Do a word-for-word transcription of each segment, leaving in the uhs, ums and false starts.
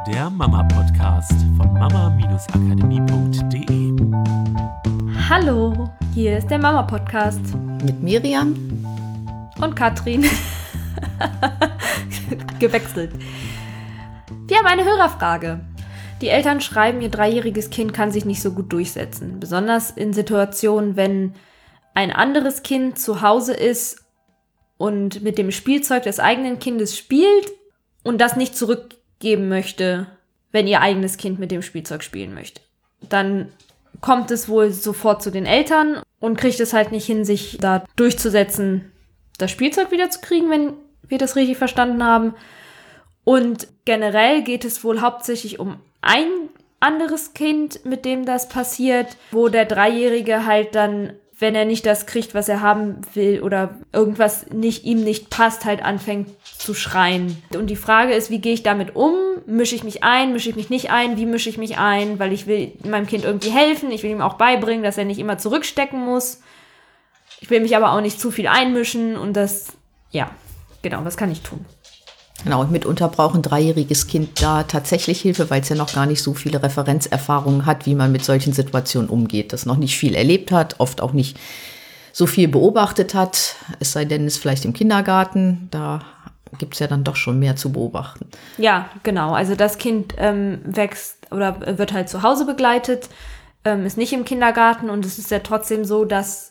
Der Mama-Podcast von mama-akademie punkt de. Hallo, hier ist der Mama-Podcast. Mit Miriam und Katrin. Gewechselt. Wir haben eine Hörerfrage. Die Eltern schreiben, ihr dreijähriges Kind kann sich nicht so gut durchsetzen. Besonders in Situationen, wenn ein anderes Kind zu Hause ist und mit dem Spielzeug des eigenen Kindes spielt und das nicht zurückgeben möchte, wenn ihr eigenes Kind mit dem Spielzeug spielen möchte. Dann kommt es wohl sofort zu den Eltern und kriegt es halt nicht hin, sich da durchzusetzen, das Spielzeug wiederzukriegen, wenn wir das richtig verstanden haben. Und generell geht es wohl hauptsächlich um ein anderes Kind, mit dem das passiert, wo der Dreijährige halt dann, wenn er nicht das kriegt, was er haben will oder irgendwas nicht ihm nicht passt, halt anfängt zu schreien. Und die Frage ist, wie gehe ich damit um? Mische ich mich ein? Mische ich mich nicht ein? Wie mische ich mich ein? Weil ich will meinem Kind irgendwie helfen. Ich will ihm auch beibringen, dass er nicht immer zurückstecken muss. Ich will mich aber auch nicht zu viel einmischen. Und das, ja, genau, was kann ich tun? Genau, und mitunter braucht ein dreijähriges Kind da tatsächlich Hilfe, weil es ja noch gar nicht so viele Referenzerfahrungen hat, wie man mit solchen Situationen umgeht. Das noch nicht viel erlebt hat, oft auch nicht so viel beobachtet hat, es sei denn, es ist vielleicht im Kindergarten, da gibt es ja dann doch schon mehr zu beobachten. Ja, genau, also das Kind ähm, wächst oder wird halt zu Hause begleitet, ähm, ist nicht im Kindergarten und es ist ja trotzdem so, dass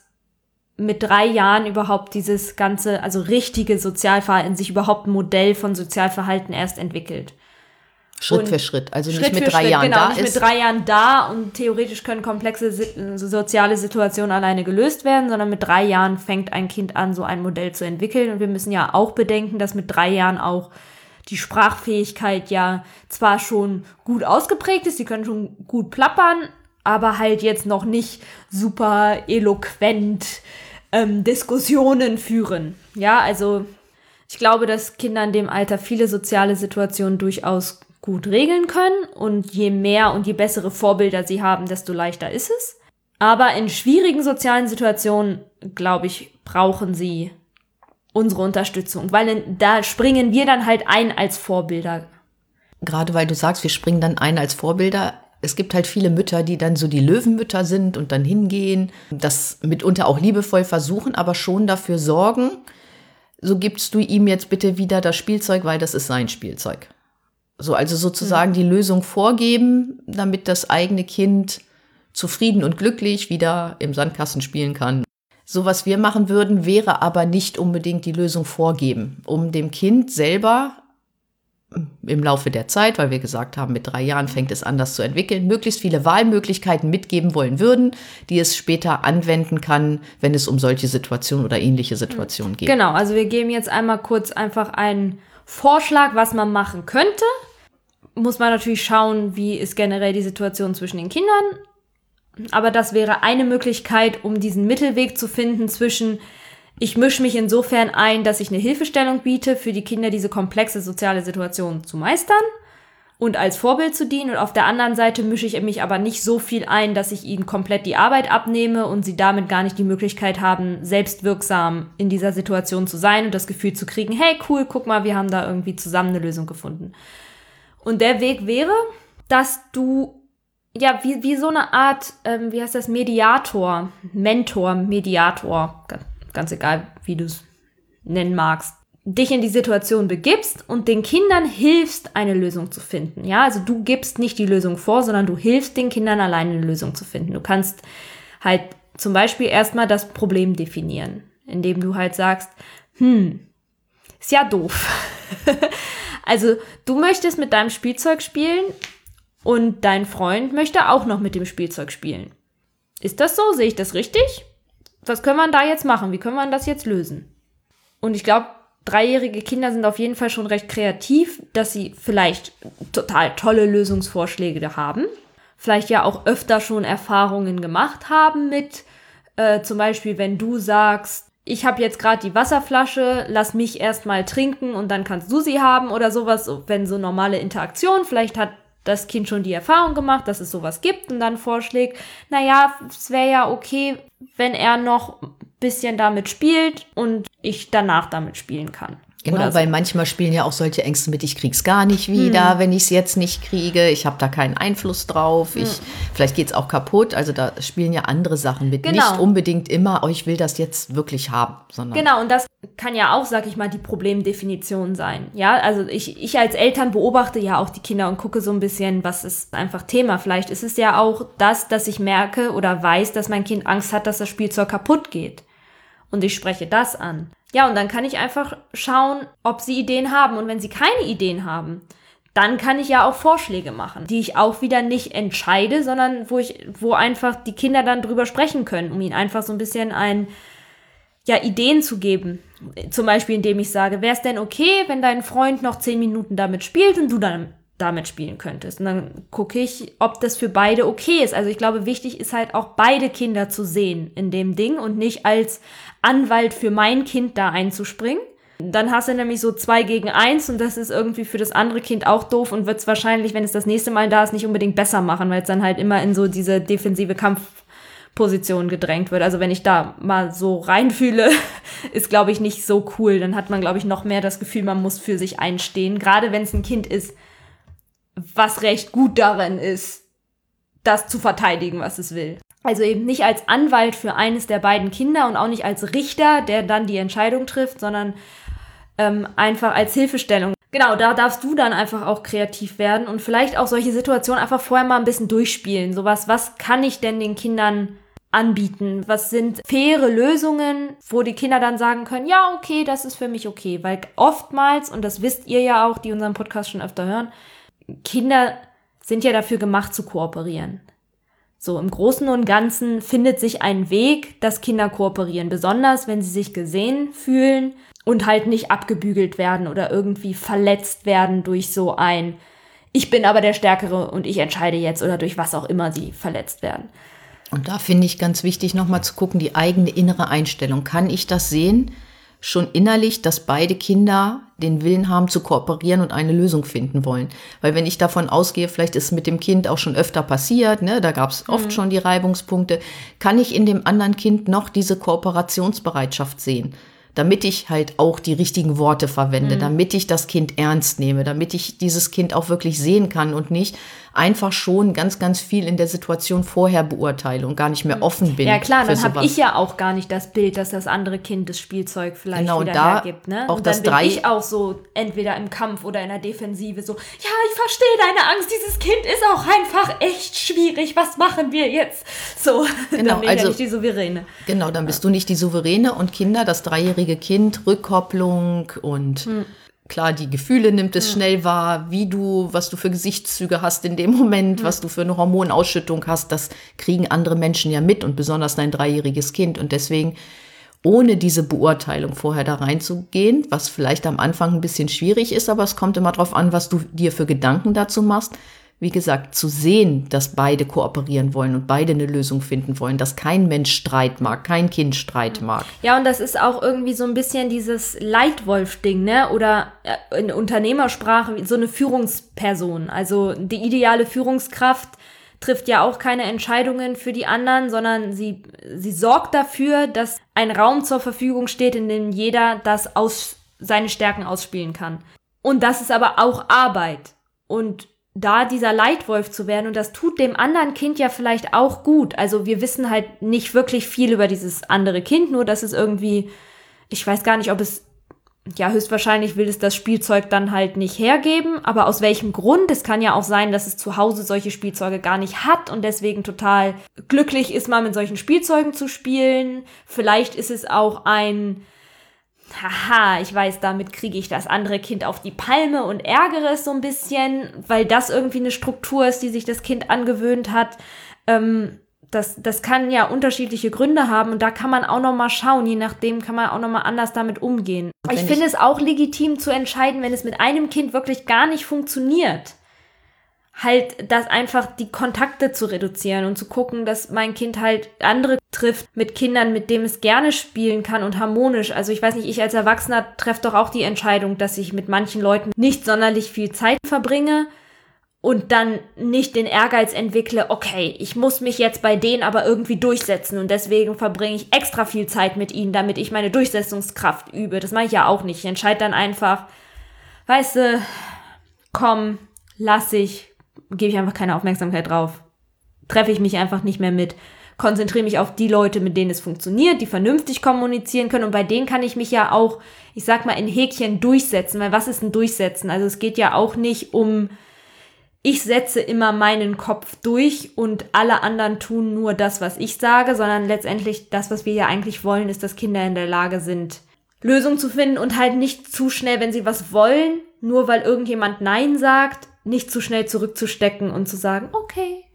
mit drei Jahren überhaupt dieses ganze, also richtige Sozialverhalten, sich überhaupt ein Modell von Sozialverhalten erst entwickelt. Schritt und für Schritt, also Schritt nicht mit für drei Schritt, Jahren genau, da nicht ist. mit drei Jahren da und theoretisch können komplexe soziale Situationen alleine gelöst werden, sondern mit drei Jahren fängt ein Kind an, so ein Modell zu entwickeln. Und wir müssen ja auch bedenken, dass mit drei Jahren auch die Sprachfähigkeit ja zwar schon gut ausgeprägt ist, sie können schon gut plappern, aber halt jetzt noch nicht super eloquent ähm, Diskussionen führen. Ja, also ich glaube, dass Kinder in dem Alter viele soziale Situationen durchaus gut regeln können und je mehr und je bessere Vorbilder sie haben, desto leichter ist es. Aber in schwierigen sozialen Situationen, glaube ich, brauchen sie unsere Unterstützung, weil da springen wir dann halt ein als Vorbilder. Gerade weil du sagst, wir springen dann ein als Vorbilder. Es gibt halt viele Mütter, die dann so die Löwenmütter sind und dann hingehen, das mitunter auch liebevoll versuchen, aber schon dafür sorgen, so gibst du ihm jetzt bitte wieder das Spielzeug, weil das ist sein Spielzeug. So, also sozusagen mhm. die Lösung vorgeben, damit das eigene Kind zufrieden und glücklich wieder im Sandkasten spielen kann. So, was wir machen würden, wäre aber nicht unbedingt die Lösung vorgeben, um dem Kind selber im Laufe der Zeit, weil wir gesagt haben, mit drei Jahren fängt es an, das zu entwickeln, möglichst viele Wahlmöglichkeiten mitgeben wollen würden, die es später anwenden kann, wenn es um solche Situationen oder ähnliche Situationen geht. Genau, also wir geben jetzt einmal kurz einfach einen Vorschlag, was man machen könnte. Muss man natürlich schauen, wie ist generell die Situation zwischen den Kindern. Aber das wäre eine Möglichkeit, um diesen Mittelweg zu finden zwischen ich mische mich insofern ein, dass ich eine Hilfestellung biete, für die Kinder diese komplexe soziale Situation zu meistern und als Vorbild zu dienen. Und auf der anderen Seite mische ich mich aber nicht so viel ein, dass ich ihnen komplett die Arbeit abnehme und sie damit gar nicht die Möglichkeit haben, selbstwirksam in dieser Situation zu sein und das Gefühl zu kriegen, hey, cool, guck mal, wir haben da irgendwie zusammen eine Lösung gefunden. Und der Weg wäre, dass du, ja, wie, wie so eine Art, ähm, wie heißt das, Mediator, Mentor, Mediator, ganz egal, wie du es nennen magst, dich in die Situation begibst und den Kindern hilfst, eine Lösung zu finden. Ja, also du gibst nicht die Lösung vor, sondern du hilfst den Kindern alleine eine Lösung zu finden. Du kannst halt zum Beispiel erstmal das Problem definieren, indem du halt sagst, hm, ist ja doof. Also du möchtest mit deinem Spielzeug spielen und dein Freund möchte auch noch mit dem Spielzeug spielen. Ist das so? Sehe ich das richtig? Was können wir da jetzt machen? Wie können wir das jetzt lösen? Und ich glaube, dreijährige Kinder sind auf jeden Fall schon recht kreativ, dass sie vielleicht total tolle Lösungsvorschläge da haben. Vielleicht ja auch öfter schon Erfahrungen gemacht haben mit, äh, zum Beispiel, wenn du sagst, ich habe jetzt gerade die Wasserflasche, lass mich erst mal trinken und dann kannst du sie haben oder sowas. Wenn so normale Interaktion, vielleicht hat das Kind schon die Erfahrung gemacht, dass es sowas gibt und dann vorschlägt, naja, es wäre ja okay, wenn er noch ein bisschen damit spielt und ich danach damit spielen kann. Genau, Oder so. weil manchmal spielen ja auch solche Ängste mit, ich krieg's gar nicht wieder, hm. wenn ich es jetzt nicht kriege, ich habe da keinen Einfluss drauf, ich, hm. vielleicht geht's auch kaputt, also da spielen ja andere Sachen mit, genau. nicht unbedingt immer, oh, ich will das jetzt wirklich haben, sondern... Genau, und das kann ja auch, sag ich mal, die Problemdefinition sein, ja, also ich, ich als Eltern beobachte ja auch die Kinder und gucke so ein bisschen, was ist einfach Thema, vielleicht ist es ja auch das, dass ich merke oder weiß, dass mein Kind Angst hat, dass das Spielzeug kaputt geht und ich spreche das an. Ja, und dann kann ich einfach schauen, ob sie Ideen haben. Und wenn sie keine Ideen haben, dann kann ich ja auch Vorschläge machen, die ich auch wieder nicht entscheide, sondern wo ich, wo einfach die Kinder dann drüber sprechen können, um ihnen einfach so ein bisschen ein, ja, Ideen zu geben. Zum Beispiel, indem ich sage, wäre es denn okay, wenn dein Freund noch zehn Minuten damit spielt und du dann damit spielen könntest? Und dann gucke ich, ob das für beide okay ist. Also ich glaube, wichtig ist halt auch beide Kinder zu sehen in dem Ding und nicht als Anwalt für mein Kind da einzuspringen. Dann hast du nämlich so zwei gegen eins und das ist irgendwie für das andere Kind auch doof und wird es wahrscheinlich, wenn es das nächste Mal da ist, nicht unbedingt besser machen, weil es dann halt immer in so diese defensive Kampfposition gedrängt wird. Also wenn ich da mal so reinfühle, ist, glaube ich, nicht so cool. Dann hat man, glaube ich, noch mehr das Gefühl, man muss für sich einstehen. Gerade wenn es ein Kind ist, was recht gut darin ist, das zu verteidigen, was es will. Also eben nicht als Anwalt für eines der beiden Kinder und auch nicht als Richter, der dann die Entscheidung trifft, sondern ähm, einfach als Hilfestellung. Genau, da darfst du dann einfach auch kreativ werden und vielleicht auch solche Situationen einfach vorher mal ein bisschen durchspielen. Sowas, was kann ich denn den Kindern anbieten? Was sind faire Lösungen, wo die Kinder dann sagen können, ja, okay, das ist für mich okay. Weil oftmals, und das wisst ihr ja auch, die unseren Podcast schon öfter hören, Kinder sind ja dafür gemacht zu kooperieren. So, im Großen und Ganzen findet sich ein Weg, dass Kinder kooperieren, besonders wenn sie sich gesehen fühlen und halt nicht abgebügelt werden oder irgendwie verletzt werden durch so ein ich bin aber der Stärkere und ich entscheide jetzt oder durch was auch immer sie verletzt werden. Und da finde ich ganz wichtig, nochmal zu gucken, die eigene innere Einstellung. Kann ich das sehen? Schon innerlich, dass beide Kinder den Willen haben zu kooperieren und eine Lösung finden wollen. Weil wenn ich davon ausgehe, vielleicht ist es mit dem Kind auch schon öfter passiert, ne, da gab es oft mhm. schon die Reibungspunkte, kann ich in dem anderen Kind noch diese Kooperationsbereitschaft sehen, damit ich halt auch die richtigen Worte verwende, mhm. damit ich das Kind ernst nehme, damit ich dieses Kind auch wirklich sehen kann und nicht einfach schon ganz, ganz viel in der Situation vorher beurteile und gar nicht mehr offen bin. Ja klar, dann habe ich ja auch gar nicht das Bild, dass das andere Kind das Spielzeug vielleicht genau, wieder da hergibt. Ne? Auch und dann das bin drei ich auch so entweder im Kampf oder in der Defensive so, ja, ich verstehe deine Angst, dieses Kind ist auch einfach echt schwierig, was machen wir jetzt? So, genau, dann bin ich also, ja nicht die Souveräne. Genau, dann bist du nicht die Souveräne und Kinder, das dreijährige Kind, Rückkopplung und hm. klar, die Gefühle nimmt es ja. schnell wahr, wie du, was du für Gesichtszüge hast in dem Moment, ja. was du für eine Hormonausschüttung hast, das kriegen andere Menschen ja mit und besonders dein dreijähriges Kind. Und deswegen, ohne diese Beurteilung vorher da reinzugehen, was vielleicht am Anfang ein bisschen schwierig ist, aber es kommt immer drauf an, was du dir für Gedanken dazu machst. Wie gesagt, zu sehen, dass beide kooperieren wollen und beide eine Lösung finden wollen, dass kein Mensch Streit mag, kein Kind Streit mag. Ja, und das ist auch irgendwie so ein bisschen dieses Leitwolf-Ding, ne? Oder in Unternehmersprache so eine Führungsperson. Also die ideale Führungskraft trifft ja auch keine Entscheidungen für die anderen, sondern sie, sie sorgt dafür, dass ein Raum zur Verfügung steht, in dem jeder das aus, seine Stärken ausspielen kann. Und das ist aber auch Arbeit. Und da dieser Leitwolf zu werden, und das tut dem anderen Kind ja vielleicht auch gut. Also wir wissen halt nicht wirklich viel über dieses andere Kind, nur dass es irgendwie, ich weiß gar nicht, ob es, ja höchstwahrscheinlich will es das Spielzeug dann halt nicht hergeben, aber aus welchem Grund? Es kann ja auch sein, dass es zu Hause solche Spielzeuge gar nicht hat und deswegen total glücklich ist, mal mit solchen Spielzeugen zu spielen. Vielleicht ist es auch ein haha, ich weiß, damit kriege ich das andere Kind auf die Palme und ärgere es so ein bisschen, weil das irgendwie eine Struktur ist, die sich das Kind angewöhnt hat. Ähm, das, das kann ja unterschiedliche Gründe haben und da kann man auch noch mal schauen, je nachdem kann man auch noch mal anders damit umgehen. Ich finde es auch legitim zu entscheiden, wenn es mit einem Kind wirklich gar nicht funktioniert, halt das einfach die Kontakte zu reduzieren und zu gucken, dass mein Kind halt andere trifft mit Kindern, mit denen es gerne spielen kann und harmonisch. Also ich weiß nicht, ich als Erwachsener treffe doch auch die Entscheidung, dass ich mit manchen Leuten nicht sonderlich viel Zeit verbringe und dann nicht den Ehrgeiz entwickle, okay, ich muss mich jetzt bei denen aber irgendwie durchsetzen und deswegen verbringe ich extra viel Zeit mit ihnen, damit ich meine Durchsetzungskraft übe. Das mache ich ja auch nicht. Ich entscheide dann einfach, weißt du, komm, lass ich, gebe ich einfach keine Aufmerksamkeit drauf. Treffe ich mich einfach nicht mehr mit. Konzentriere mich auf die Leute, mit denen es funktioniert, die vernünftig kommunizieren können und bei denen kann ich mich ja auch, ich sag mal, in Häkchen durchsetzen, weil was ist ein Durchsetzen? Also es geht ja auch nicht um, ich setze immer meinen Kopf durch und alle anderen tun nur das, was ich sage, sondern letztendlich das, was wir ja eigentlich wollen, ist, dass Kinder in der Lage sind, Lösungen zu finden und halt nicht zu schnell, wenn sie was wollen, nur weil irgendjemand Nein sagt, nicht zu schnell zurückzustecken und zu sagen, okay,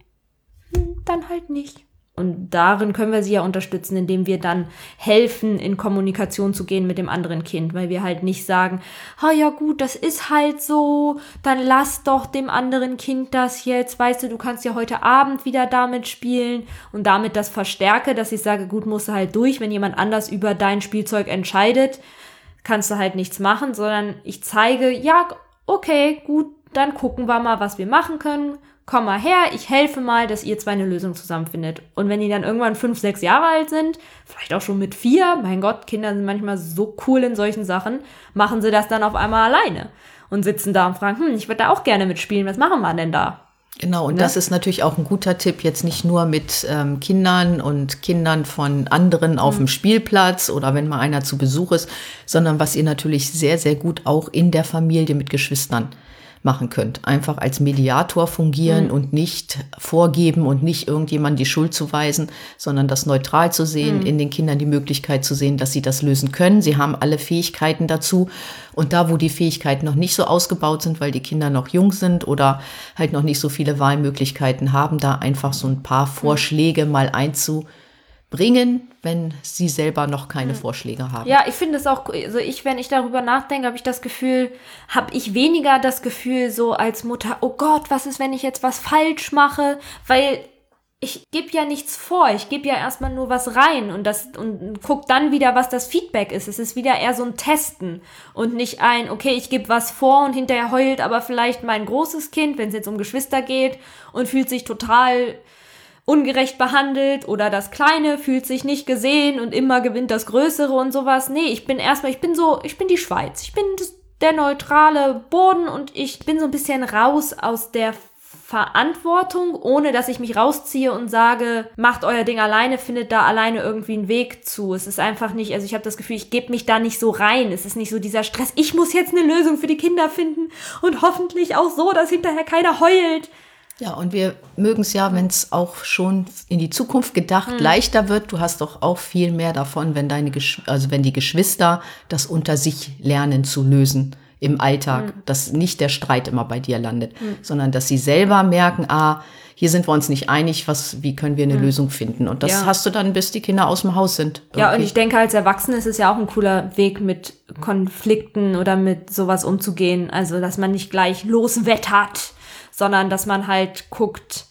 dann halt nicht. Und darin können wir sie ja unterstützen, indem wir dann helfen, in Kommunikation zu gehen mit dem anderen Kind, weil wir halt nicht sagen, ah ja gut, das ist halt so, dann lass doch dem anderen Kind das jetzt, weißt du, du kannst ja heute Abend wieder damit spielen und damit das verstärke, dass ich sage, gut, musst du halt durch, wenn jemand anders über dein Spielzeug entscheidet, kannst du halt nichts machen, sondern ich zeige, ja, okay, gut, dann gucken wir mal, was wir machen können. Komm mal her, ich helfe mal, dass ihr zwei eine Lösung zusammenfindet. Und wenn die dann irgendwann fünf, sechs Jahre alt sind, vielleicht auch schon mit vier, mein Gott, Kinder sind manchmal so cool in solchen Sachen, machen sie das dann auf einmal alleine und sitzen da und fragen, hm, ich würde da auch gerne mitspielen, was machen wir denn da? Genau, und Ne? das ist natürlich auch ein guter Tipp, jetzt nicht nur mit ähm, Kindern und Kindern von anderen auf dem Spielplatz oder wenn mal einer zu Besuch ist, sondern was ihr natürlich sehr, sehr gut auch in der Familie mit Geschwistern machen könnt. Einfach als Mediator fungieren mhm. und nicht vorgeben und nicht irgendjemand die Schuld zuweisen, sondern das neutral zu sehen, mhm. in den Kindern die Möglichkeit zu sehen, dass sie das lösen können. Sie haben alle Fähigkeiten dazu. Und da, wo die Fähigkeiten noch nicht so ausgebaut sind, weil die Kinder noch jung sind oder halt noch nicht so viele Wahlmöglichkeiten haben, da einfach so ein paar Vorschläge mhm. mal einzubringen, wenn sie selber noch keine Vorschläge haben. Ja, ich finde es auch, also ich, wenn ich darüber nachdenke, habe ich das Gefühl, habe ich weniger das Gefühl so als Mutter, oh Gott, was ist, wenn ich jetzt was falsch mache? Weil ich gebe ja nichts vor, ich gebe ja erstmal nur was rein und das und guck dann wieder, was das Feedback ist. Es ist wieder eher so ein Testen und nicht ein, okay, ich gebe was vor und hinterher heult aber vielleicht mein großes Kind, wenn es jetzt um Geschwister geht und fühlt sich total ungerecht behandelt oder das Kleine fühlt sich nicht gesehen und immer gewinnt das Größere und sowas. Nee, ich bin erstmal, ich bin so, ich bin die Schweiz. Ich bin das, der neutrale Boden und ich bin so ein bisschen raus aus der Verantwortung, ohne dass ich mich rausziehe und sage, macht euer Ding alleine, findet da alleine irgendwie einen Weg zu. Es ist einfach nicht, also ich habe das Gefühl, ich gebe mich da nicht so rein. Es ist nicht so dieser Stress, ich muss jetzt eine Lösung für die Kinder finden und hoffentlich auch so, dass hinterher keiner heult. Ja, und wir mögen es ja, wenn es auch schon in die Zukunft gedacht mhm. leichter wird. Du hast doch auch viel mehr davon, wenn deine, Gesch- also wenn die Geschwister das unter sich lernen zu lösen im Alltag, mhm. dass nicht der Streit immer bei dir landet, mhm. sondern dass sie selber merken, ah, hier sind wir uns nicht einig, was, wie können wir eine mhm. Lösung finden? Und das ja. hast du dann, bis die Kinder aus dem Haus sind. Okay. Ja, und ich denke, als Erwachsene ist es ja auch ein cooler Weg, mit Konflikten oder mit sowas umzugehen. Also, dass man nicht gleich loswettert, sondern dass man halt guckt,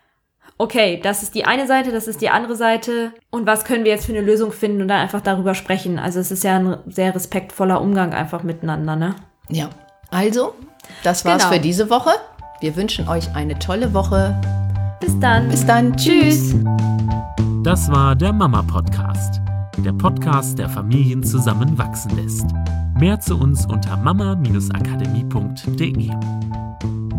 okay, das ist die eine Seite, das ist die andere Seite und was können wir jetzt für eine Lösung finden und dann einfach darüber sprechen. Also es ist ja ein sehr respektvoller Umgang einfach miteinander, ne? Ja, also, das war's genau. für diese Woche. Wir wünschen euch eine tolle Woche. Bis dann. Bis dann. Tschüss. Das war der Mama-Podcast. Der Podcast, der Familien zusammenwachsen lässt. Mehr zu uns unter mama Bindestrich akademie Punkt de.